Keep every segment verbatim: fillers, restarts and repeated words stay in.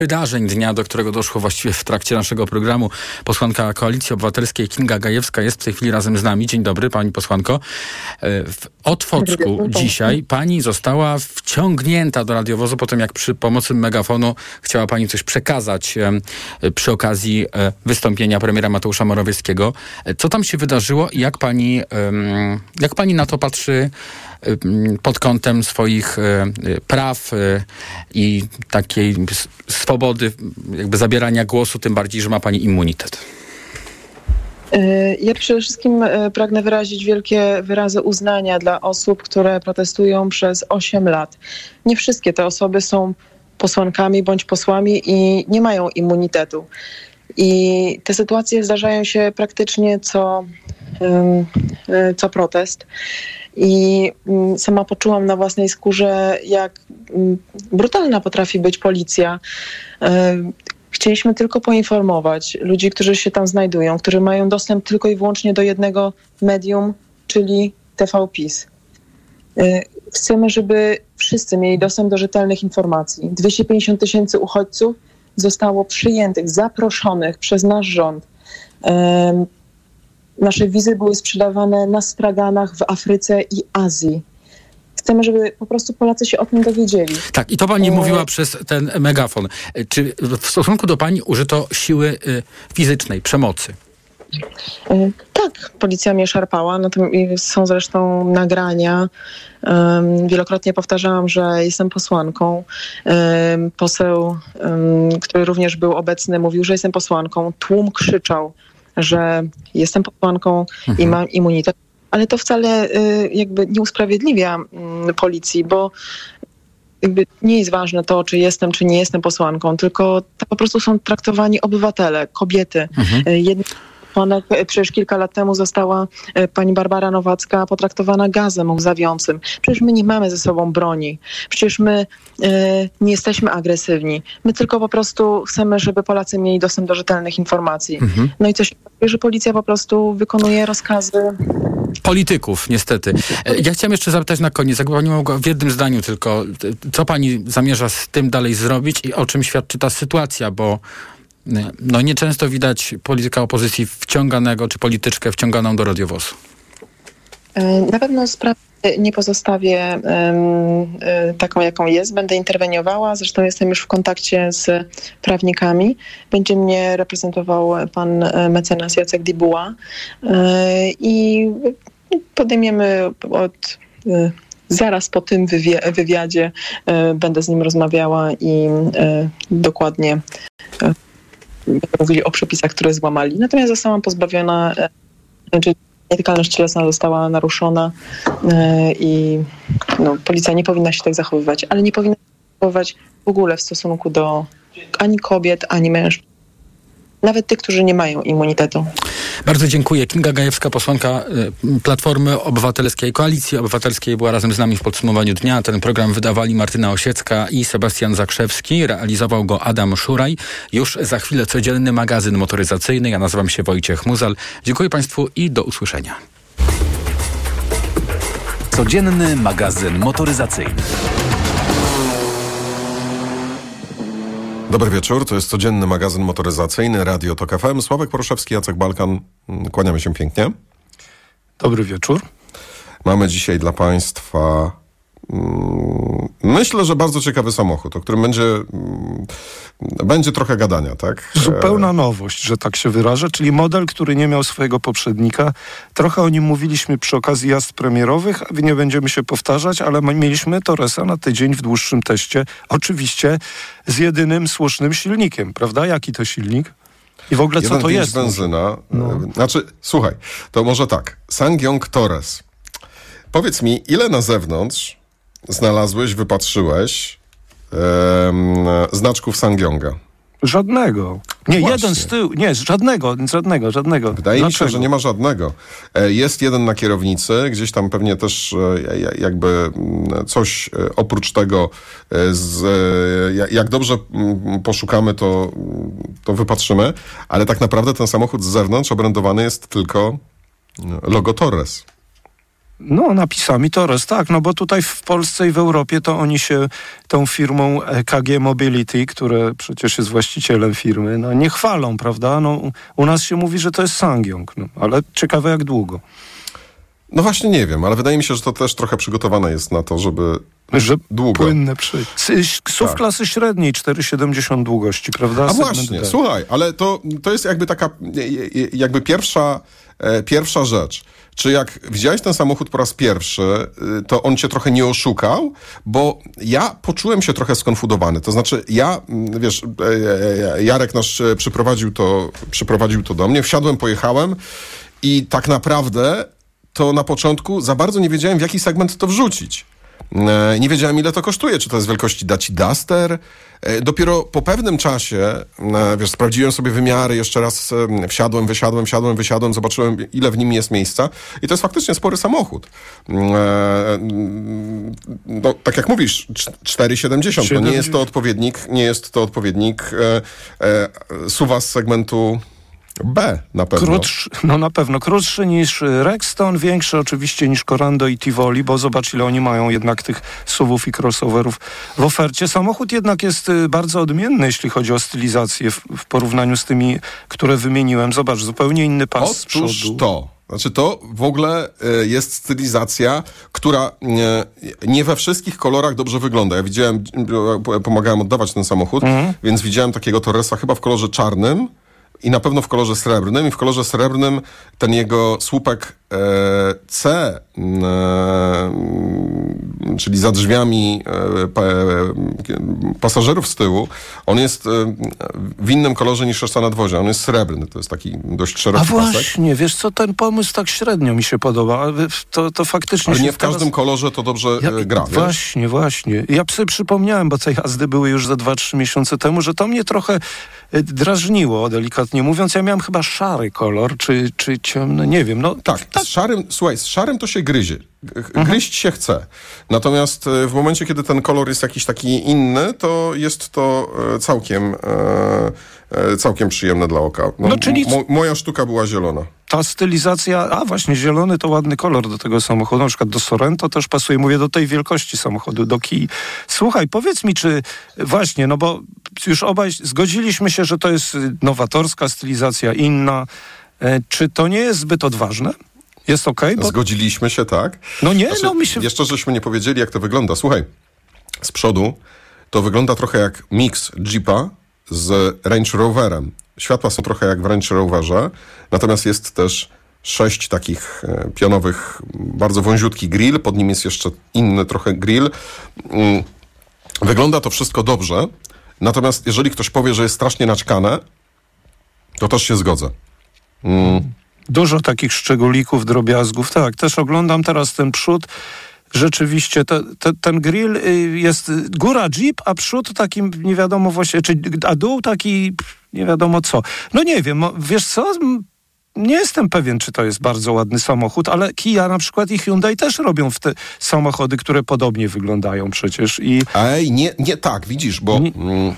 Wydarzeń dnia, do którego doszło właściwie w trakcie naszego programu. Posłanka Koalicji Obywatelskiej Kinga Gajewska jest w tej chwili razem z nami. Dzień dobry, pani posłanko. W Otwocku dzisiaj pani została wciągnięta do radiowozu po tym, jak przy pomocy megafonu chciała pani coś przekazać przy okazji wystąpienia premiera Mateusza Morawieckiego. Co tam się wydarzyło i jak pani, jak pani na to patrzy pod kątem swoich praw i takiej swobody jakby zabierania głosu, tym bardziej, że ma pani immunitet? Ja przede wszystkim pragnę wyrazić wielkie wyrazy uznania dla osób, które protestują przez osiem lat. Nie wszystkie te osoby są posłankami bądź posłami i nie mają immunitetu. I te sytuacje zdarzają się praktycznie co, co protest. I sama poczułam na własnej skórze, jak brutalna potrafi być policja. Chcieliśmy tylko poinformować ludzi, którzy się tam znajdują, którzy mają dostęp tylko i wyłącznie do jednego medium, czyli T V PiS. Chcemy, żeby wszyscy mieli dostęp do rzetelnych informacji. dwieście pięćdziesiąt tysięcy uchodźców zostało przyjętych, zaproszonych przez nasz rząd. Nasze wizy były sprzedawane na straganach w Afryce i Azji. Chcemy, żeby po prostu Polacy się o tym dowiedzieli. Tak, i to pani e... mówiła przez ten megafon. Czy w stosunku do pani użyto siły y, fizycznej, przemocy? E, tak, policja mnie szarpała. No to są zresztą nagrania. Um, wielokrotnie powtarzałam, że jestem posłanką. Um, poseł, um, który również był obecny, mówił, że jestem posłanką. Tłum krzyczał, że jestem posłanką mhm. i mam immunitet. Ale to wcale y, jakby nie usprawiedliwia y, policji, bo jakby nie jest ważne to, czy jestem, czy nie jestem posłanką, tylko to po prostu są traktowani obywatele, kobiety. Mhm. Y, jedni posłanek, przecież kilka lat temu została y, pani Barbara Nowacka potraktowana gazem łzawiącym. Przecież my nie mamy ze sobą broni. Przecież my y, nie jesteśmy agresywni. My tylko po prostu chcemy, żeby Polacy mieli dostęp do rzetelnych informacji. Mhm. No i coś, że policja po prostu wykonuje rozkazy polityków, niestety. Ja chciałem jeszcze zapytać na koniec, jakby pani mogła w jednym zdaniu tylko, co pani zamierza z tym dalej zrobić i o czym świadczy ta sytuacja, bo no nieczęsto widać polityka opozycji wciąganego, czy polityczkę wciąganą do radiowozu. Na pewno sprawę nie pozostawię um, taką, jaką jest. Będę interweniowała. Zresztą jestem już w kontakcie z prawnikami. Będzie mnie reprezentował pan mecenas Jacek Dibuła i podejmiemy od zaraz po tym wywi- wywiadzie będę z nim rozmawiała i dokładnie będę mówili o przepisach, które złamali. Natomiast zostałam pozbawiona, czy nietykalność cielesna została naruszona yy, i no, policja nie powinna się tak zachowywać, ale nie powinna się zachowywać w ogóle w stosunku do ani kobiet, ani mężczyzn. Nawet tych, którzy nie mają immunitetu. Bardzo dziękuję. Kinga Gajewska, posłanka Platformy Obywatelskiej, Koalicji Obywatelskiej, była razem z nami w podsumowaniu dnia. Ten program wydawali Martyna Osiecka i Sebastian Zakrzewski. Realizował go Adam Szuraj. Już za chwilę codzienny magazyn motoryzacyjny. Ja nazywam się Wojciech Muzal. Dziękuję państwu i do usłyszenia. Codzienny magazyn motoryzacyjny. Dobry wieczór, to jest codzienny magazyn motoryzacyjny, Radio Tok F M. Sławek Poruszewski, Jacek Balkan. Kłaniamy się pięknie. Dobry wieczór. Mamy dzisiaj dla państwa, mm, myślę, że bardzo ciekawy samochód, o którym będzie, mm, będzie trochę gadania, tak? Zupełna nowość, że tak się wyrażę, czyli model, który nie miał swojego poprzednika. Trochę o nim mówiliśmy przy okazji jazd premierowych, nie będziemy się powtarzać, ale mieliśmy Torresa na tydzień w dłuższym teście. Oczywiście z jedynym słusznym silnikiem, prawda? Jaki to silnik? I w ogóle co to jest? benzyna. No. Znaczy, słuchaj, to może tak. SsangYong Torres. Powiedz mi, ile na zewnątrz znalazłeś, wypatrzyłeś em, znaczków SsangYonga? Żadnego. Nie, Właśnie. jeden z tyłu. Nie, żadnego, żadnego, żadnego. Wydaje Dlaczego? mi się, że nie ma żadnego. Jest jeden na kierownicy, gdzieś tam pewnie też jakby coś oprócz tego, z, jak dobrze poszukamy, to, to wypatrzymy, ale tak naprawdę ten samochód z zewnątrz obrędowany jest tylko logo Torres. No, napisami Torres, tak, no bo tutaj w Polsce i w Europie to oni się tą firmą K G Mobility, które przecież jest właścicielem firmy, no nie chwalą, prawda? No, u nas się mówi, że to jest Sangyong, no, ale ciekawe jak długo. No właśnie nie wiem, ale wydaje mi się, że to też trochę przygotowane jest na to, żeby że długo. Płynne przy... S- S- S U V tak. Klasy średniej, cztery siedemdziesiąt długości, prawda? A Segment właśnie, D. słuchaj, ale to, to jest jakby taka, jakby pierwsza, e, pierwsza rzecz. Czy jak widziałeś ten samochód po raz pierwszy, to on cię trochę nie oszukał? Bo ja poczułem się trochę skonfudowany. To znaczy, ja, wiesz, Jarek nasz przyprowadził to, przyprowadził to do mnie, wsiadłem, pojechałem i tak naprawdę to na początku za bardzo nie wiedziałem, w jaki segment to wrzucić. Nie wiedziałem, ile to kosztuje. Czy to jest wielkości Daci Duster? Dopiero po pewnym czasie, wiesz, sprawdziłem sobie wymiary, jeszcze raz wsiadłem, wysiadłem, wsiadłem, wysiadłem, zobaczyłem, ile w nim jest miejsca. I to jest faktycznie spory samochód. No, tak jak mówisz, cztery siedemdziesiąt. No, nie jest to odpowiednik, nie jest to odpowiednik e, e, S U V-a z segmentu B na pewno. Krótszy, no na pewno. Krótszy niż Rexton, większy oczywiście niż Corando i Tivoli, bo zobacz, ile oni mają jednak tych S U V-ów i crossoverów w ofercie. Samochód jednak jest bardzo odmienny, jeśli chodzi o stylizację w, w porównaniu z tymi, które wymieniłem. Zobacz, zupełnie inny pas z przodu. Otóż to. Znaczy to w ogóle y, jest stylizacja, która y, nie we wszystkich kolorach dobrze wygląda. Ja widziałem, y, pomagałem oddawać ten samochód, mm. więc widziałem takiego Torresa chyba w kolorze czarnym, i na pewno w kolorze srebrnym. I w kolorze srebrnym ten jego słupek e, C, e, czyli za drzwiami e, pa, e, pasażerów z tyłu, on jest e, w innym kolorze niż reszta nadwozia. On jest srebrny. To jest taki dość szeroki pasek. A właśnie, wiesz co, ten pomysł tak średnio mi się podoba. To, to faktycznie... Ale nie się w każdym teraz... kolorze to dobrze ja, gra, wiesz? Właśnie, właśnie. Ja sobie przypomniałem, bo te jazdy były już za dwa trzy miesiące temu, że to mnie trochę drażniło, delikatnie mówiąc. Ja miałem chyba szary kolor, czy, czy ciemny, nie wiem. No, tak, tak, z szarym, słuchaj, z szarym to się gryzie. Gryźć mhm. się chce. Natomiast w momencie, kiedy ten kolor jest jakiś taki inny, to jest to całkiem, całkiem przyjemne dla oka. No, no, czyli... mo- moja sztuka była zielona. Ta stylizacja, a właśnie, zielony to ładny kolor do tego samochodu, na przykład do Sorento też pasuje, mówię do tej wielkości samochodu, do Kii. Słuchaj, powiedz mi, czy właśnie, no bo już obaj zgodziliśmy się, że to jest nowatorska stylizacja, inna. Czy to nie jest zbyt odważne? Jest okej? Okay, bo... Zgodziliśmy się, tak? No nie, znaczy, no mi się... Jeszcze żeśmy nie powiedzieli, jak to wygląda. Słuchaj, z przodu to wygląda trochę jak mix Jeepa z Range Roverem. Światła są trochę jak w Range Roverze, natomiast jest też sześć takich e, pionowych, bardzo wąziutki grill, pod nim jest jeszcze inny trochę grill. Mm, wygląda to wszystko dobrze, natomiast jeżeli ktoś powie, że jest strasznie naćkane, to też się zgodzę. Mm. Dużo takich szczególików, drobiazgów. Tak, też oglądam teraz ten przód. Rzeczywiście, te, te, ten grill jest góra Jeep, a przód taki nie wiadomo właśnie, czy, a dół taki nie wiadomo co. No nie wiem, wiesz co? Nie jestem pewien, czy to jest bardzo ładny samochód, ale Kia na przykład i Hyundai też robią w te samochody, które podobnie wyglądają przecież. I... Ej, nie, nie tak, widzisz, bo nie... mm,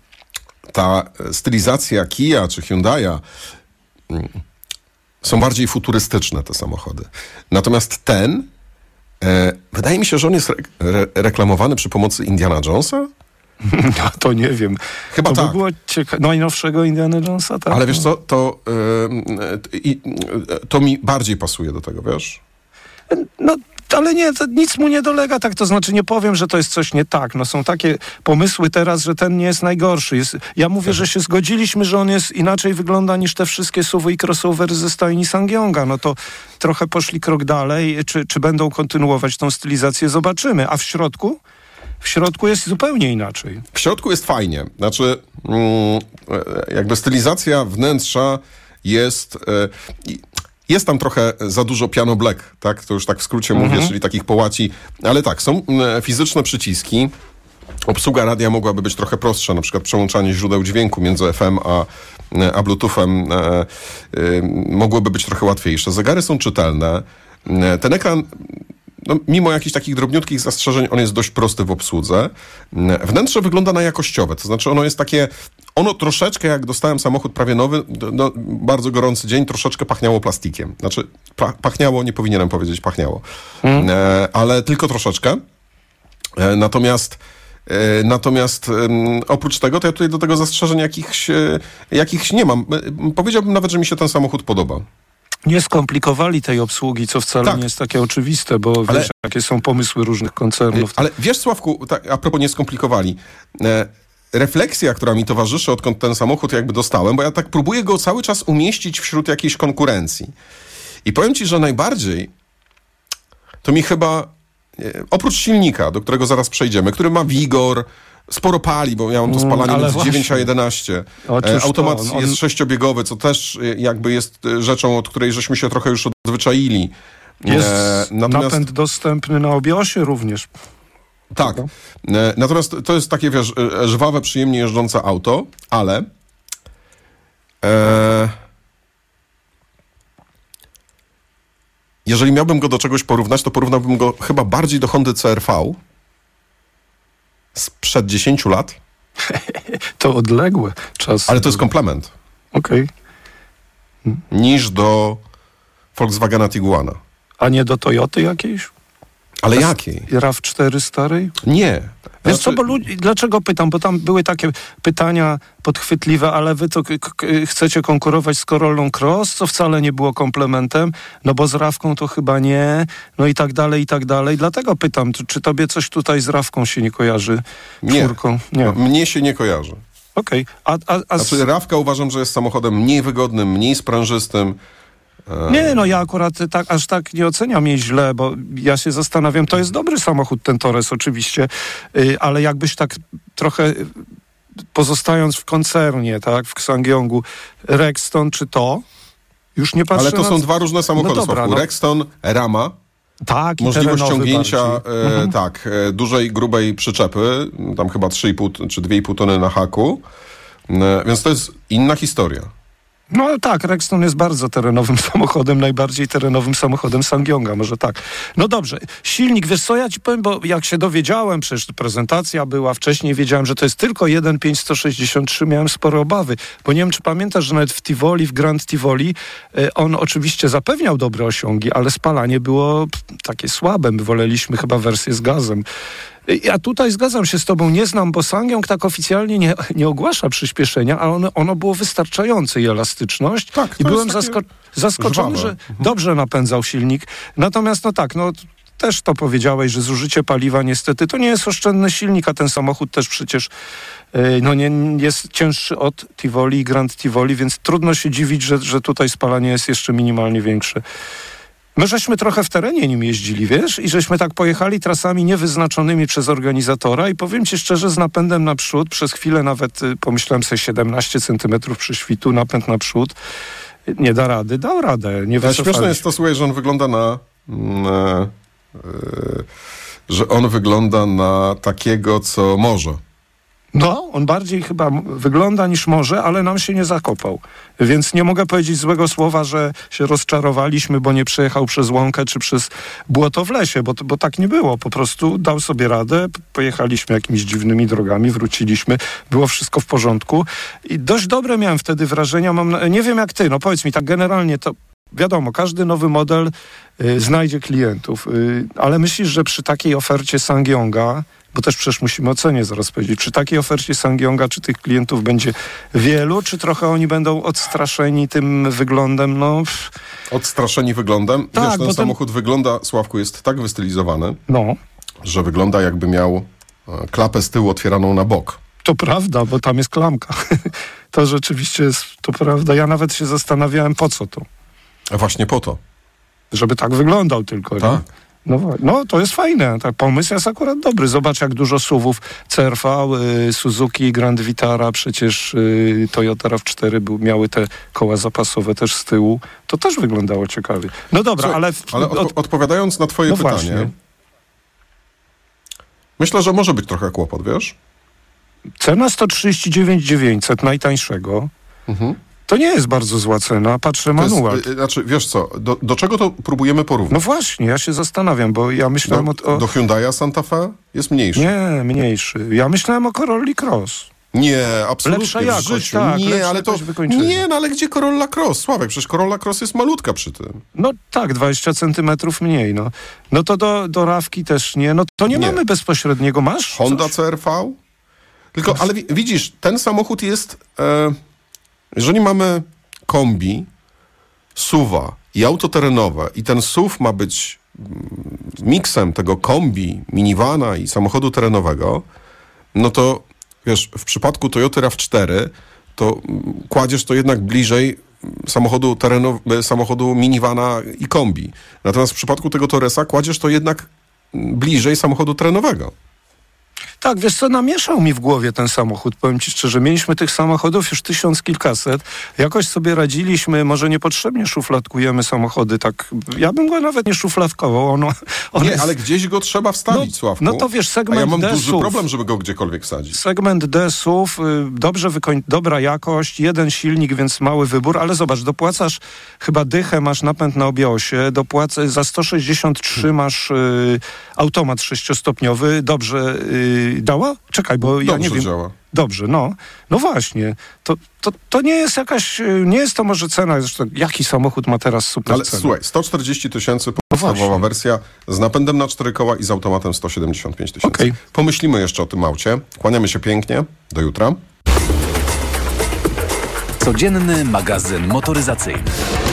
ta stylizacja Kia czy Hyundai'a mm, są bardziej futurystyczne te samochody. Natomiast ten, e, wydaje mi się, że on jest re- re- reklamowany przy pomocy Indiana Jonesa? No to nie wiem. Chyba to tak. by było cieka- najnowszego Indiana Jonesa, tak? Ale wiesz co, to, yy, yy, yy, to mi bardziej pasuje do tego, wiesz? No, ale nie, to nic mu nie dolega, tak, to znaczy nie powiem, że to jest coś nie tak. No są takie pomysły teraz, że ten nie jest najgorszy. Jest, ja mówię, mhm. że się zgodziliśmy, że on jest inaczej wygląda niż te wszystkie S U V i crossovery ze stajni Sangyonga. No to trochę poszli krok dalej. Czy, czy będą kontynuować tą stylizację? Zobaczymy. A w środku? W środku jest zupełnie inaczej. W środku jest fajnie. Znaczy, mm, jakby stylizacja wnętrza jest... Yy, Jest tam trochę za dużo piano black, tak? To już tak w skrócie mhm. mówię, czyli takich połaci. Ale tak, są fizyczne przyciski. Obsługa radia mogłaby być trochę prostsza, na przykład przełączanie źródeł dźwięku między F M a, a Bluetoothem e, e, mogłoby być trochę łatwiejsze. Zegary są czytelne. E, ten ekran, no, mimo jakichś takich drobniutkich zastrzeżeń, on jest dość prosty w obsłudze. E, wnętrze wygląda na jakościowe, to znaczy ono jest takie ono troszeczkę, jak dostałem samochód prawie nowy, no, bardzo gorący dzień, troszeczkę pachniało plastikiem. Znaczy, pra, pachniało, nie powinienem powiedzieć pachniało, hmm. e, ale tylko troszeczkę. E, natomiast e, natomiast e, oprócz tego, to ja tutaj do tego zastrzeżeń jakichś, e, jakichś nie mam. E, powiedziałbym nawet, że mi się ten samochód podoba. Nie skomplikowali tej obsługi, co wcale tak. nie jest takie oczywiste, bo ale, wiesz, jakie są pomysły różnych koncernów. Ale wiesz, Sławku, tak, a propos nie skomplikowali, e, refleksja, która mi towarzyszy, odkąd ten samochód jakby dostałem, bo ja tak próbuję go cały czas umieścić wśród jakiejś konkurencji. I powiem ci, że najbardziej to mi chyba, e, oprócz silnika, do którego zaraz przejdziemy, który ma wigor, sporo pali, bo ja mam to spalanie mm, między dziewięć a jedenaście. E, automat to, on, jest sześciobiegowy, co też jakby jest rzeczą, od której żeśmy się trochę już odzwyczaili. Jest e, natomiast... napęd dostępny na obie osie również. Tak. E, natomiast to jest takie, wiesz, żwawe, przyjemnie jeżdżące auto, ale e, jeżeli miałbym go do czegoś porównać, to porównałbym go chyba bardziej do Hondy C R V sprzed dziesięciu lat. To odległe czasy. Ale to jest komplement. Okej. Okay. Niż do Volkswagena Tiguana. A nie do Toyoty jakiejś? Ale jakiej? RAV cztery starej? Nie. Wiesz znaczy... co, bo ludzi, dlaczego pytam? Bo tam były takie pytania podchwytliwe, ale wy to k- k- chcecie konkurować z Corollą Cross, co wcale nie było komplementem, no bo z rawką to chyba nie, no i tak dalej, i tak dalej. Dlatego pytam, czy, czy tobie coś tutaj z rawką się nie kojarzy? Czwórką? Nie. nie. Mnie się nie kojarzy. Okej. Okay. A, a, a z... Znaczy, rawka uważam, że jest samochodem mniej wygodnym, mniej sprężystym. Nie, no ja akurat tak, aż tak nie oceniam jej źle, bo ja się zastanawiam, to jest dobry samochód, ten Torres oczywiście, yy, ale jakbyś tak trochę pozostając w koncernie, tak, w Ssangyongu, Rexton czy to, już nie patrzę. Ale to na... są dwa różne samochody, no dobra, no. Rexton, rama, tak, możliwość ciągnięcia e, mhm. tak, e, dużej, grubej przyczepy, tam chyba trzy i pół czy dwie i pół tony na haku, e, więc to jest inna historia. No tak, Rexton jest bardzo terenowym samochodem, najbardziej terenowym samochodem Sangyonga, może tak. No dobrze, silnik, wiesz co, ja ci powiem, bo jak się dowiedziałem, przecież prezentacja była, wcześniej wiedziałem, że to jest tylko jeden pięć sto sześćdziesiąt trzy, miałem spore obawy, bo nie wiem, czy pamiętasz, że nawet w Tivoli, w Grand Tivoli, on oczywiście zapewniał dobre osiągi, ale spalanie było takie słabe, my woleliśmy chyba wersję z gazem. Ja tutaj zgadzam się z tobą, nie znam, bo Sangyong tak oficjalnie nie, nie ogłasza przyspieszenia, ale ono, ono było wystarczające i elastyczność. Tak, i byłem zasko- zaskoczony, żwawe. że dobrze napędzał silnik. Natomiast no tak, no też to powiedziałeś, że zużycie paliwa niestety to nie jest oszczędny silnik, a ten samochód też przecież yy, no nie, jest cięższy od Tivoli i Grand Tivoli, więc trudno się dziwić, że, że tutaj spalanie jest jeszcze minimalnie większe. My żeśmy trochę w terenie nim jeździli, wiesz, i żeśmy tak pojechali trasami niewyznaczonymi przez organizatora i powiem ci szczerze, z napędem naprzód, przez chwilę nawet y, pomyślałem sobie siedemnaście centymetrów przyświtu, napęd naprzód, y, nie da rady, dał radę, nie wycofaliśmy. Śmieszne jest to, słuchaj, że on wygląda na... na yy, że on wygląda na takiego, co może. No, on bardziej chyba wygląda niż może, ale nam się nie zakopał. Więc nie mogę powiedzieć złego słowa, że się rozczarowaliśmy, bo nie przejechał przez łąkę czy przez błoto w lesie, bo, bo tak nie było. Po prostu dał sobie radę, pojechaliśmy jakimiś dziwnymi drogami, wróciliśmy, było wszystko w porządku. I dość dobre miałem wtedy wrażenia. Mam, nie wiem jak ty, no powiedz mi tak generalnie to... Wiadomo, każdy nowy model y, znajdzie klientów, y, ale myślisz, że przy takiej ofercie Sangyonga, bo też przecież musimy o cenie zaraz powiedzieć, przy takiej ofercie Sangyonga, czy tych klientów będzie wielu, czy trochę oni będą odstraszeni tym wyglądem, no... Pff. Odstraszeni wyglądem? Tak, wiesz, ten ten... samochód wygląda, Sławku, jest tak wystylizowany, no. że wygląda jakby miał e, klapę z tyłu otwieraną na bok. To prawda, bo tam jest klamka. To rzeczywiście jest, to prawda. Ja nawet się zastanawiałem, po co to. A właśnie po to. Żeby tak wyglądał tylko, tak. nie? No, no to jest fajne, tak, pomysł jest akurat dobry. Zobacz, jak dużo suwów C R V, y, Suzuki, Grand Vitara, przecież y, Toyota RAV cztery był, miały te koła zapasowe też z tyłu. To też wyglądało ciekawie. No dobra, Słuchaj, ale... W, ale od, odpowiadając na twoje no pytanie, właśnie. myślę, że może być trochę kłopot, wiesz? Cena sto trzydzieści dziewięć tysięcy dziewięćset, najtańszego. Mhm. To nie jest bardzo zła cena, patrzę manual. Jest, znaczy, wiesz co, do, do czego to próbujemy porównać? No właśnie, ja się zastanawiam, bo ja myślałem do, o... Do Hyundai'a Santa Fe jest mniejszy. Nie, mniejszy. Ja myślałem o Corolli Cross. Nie, absolutnie. Lepsza w jakość, życiu. tak, Nie, lepsza ale to. jakość wykończenia. Nie, no ale gdzie Corolla Cross? Sławek, przecież Corolla Cross jest malutka przy tym. No tak, dwadzieścia centymetrów mniej, no. No to do, do Rawki też nie, no to nie, Nie. mamy bezpośredniego. Masz Honda coś? C R V? Tylko, ale wi- widzisz, ten samochód jest, e, jeżeli mamy kombi, suwa i auto terenowe i ten S U V ma być mm, miksem tego kombi, minivana i samochodu terenowego, no to wiesz, w przypadku Toyoty RAV cztery to mm, kładziesz to jednak bliżej samochodu terenow- samochodu minivana i kombi. Natomiast w przypadku tego Torresa kładziesz to jednak mm, bliżej samochodu terenowego. Tak, wiesz co, namieszał mi w głowie ten samochód, powiem ci szczerze. Mieliśmy tych samochodów już tysiąc kilkaset. Jakoś sobie radziliśmy, może niepotrzebnie szufladkujemy samochody, tak. Ja bym go nawet nie szufladkował. Ono, on Nie, jest... ale gdzieś go trzeba wstawić, No, Sławku. no to wiesz, segment A ja mam D duży S U V. problem, żeby go gdziekolwiek wsadzić. Segment D S U V, y, dobrze wykoń... dobra jakość, jeden silnik, więc mały wybór, ale zobacz, dopłacasz chyba dychę, masz napęd na obie osie, dopłacasz za sto sześćdziesiąt trzy masz y, automat sześciostopniowy, dobrze y, działa? Czekaj, bo ja Dobrze nie wiem. działa. Dobrze, no. No właśnie. To, to, to nie jest jakaś, y, nie jest to może cena, zresztą jaki samochód ma teraz super Ale cenę? słuchaj, sto czterdzieści tysięcy podstawowa właśnie. wersja z napędem na cztery koła i z automatem sto siedemdziesiąt pięć tysięcy. Okej. Pomyślimy jeszcze o tym aucie. Kłaniamy się pięknie. Do jutra. Codzienny magazyn motoryzacyjny.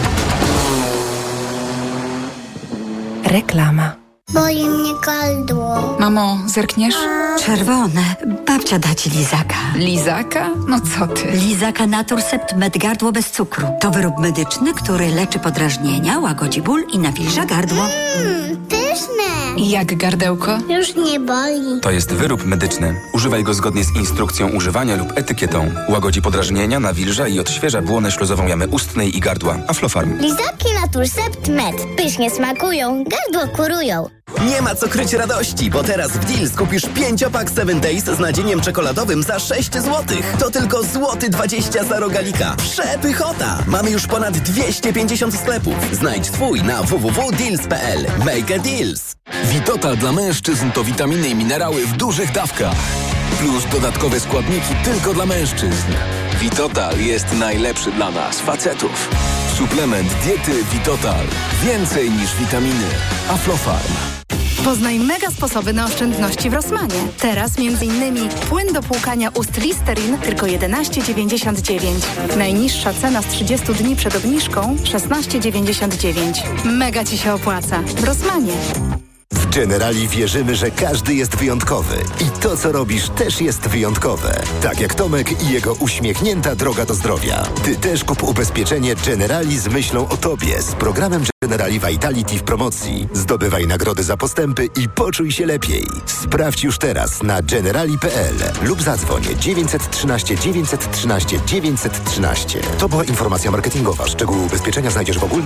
Reklama. Boli mnie gardło. Mamo, zerkniesz? Czerwone. Babcia da ci lizaka. Lizaka? No co ty? Lizaka Naturcept Med Gardło bez cukru. To wyrób medyczny, który leczy podrażnienia, łagodzi ból i nawilża gardło. Mmm, pyszne. I jak gardełko? Już nie boli. To jest wyrób medyczny. Używaj go zgodnie z instrukcją używania lub etykietą. Łagodzi podrażnienia, nawilża i odświeża błonę śluzową jamy ustnej i gardła. Aflofarm. Lizaki Naturcept Med. Pysznie smakują, gardło kurują. Nie ma co kryć radości, bo teraz w Deals kupisz pięciopak seven days z nadzieniem czekoladowym za sześć złotych. To tylko złoty dwadzieścia za rogalika. Przepychota! Mamy już ponad dwieście pięćdziesiąt sklepów. Znajdź twój na w w w kropka deals kropka p l. Make a deals! Vitotal dla mężczyzn to witaminy i minerały w dużych dawkach. Plus dodatkowe składniki tylko dla mężczyzn. Vitotal jest najlepszy dla nas, facetów. Suplement diety Vitotal. Więcej niż witaminy. Aflofarm. Poznaj mega sposoby na oszczędności w Rossmanie. Teraz m.in. płyn do płukania ust Listerin tylko jedenaście dziewięćdziesiąt dziewięć. Najniższa cena z trzydziestu dni przed obniżką szesnaście dziewięćdziesiąt dziewięć. Mega Ci się opłaca. W Rossmanie. W Generali wierzymy, że każdy jest wyjątkowy i to, co robisz, też jest wyjątkowe. Tak jak Tomek i jego uśmiechnięta droga do zdrowia. Ty też kup ubezpieczenie Generali z myślą o tobie z programem Generali Vitality w promocji. Zdobywaj nagrody za postępy i poczuj się lepiej. Sprawdź już teraz na generali kropka p l lub zadzwoń dziewięćset trzynaście dziewięćset trzynaście dziewięćset trzynaście. To była informacja marketingowa. Szczegóły ubezpieczenia znajdziesz w ogólnym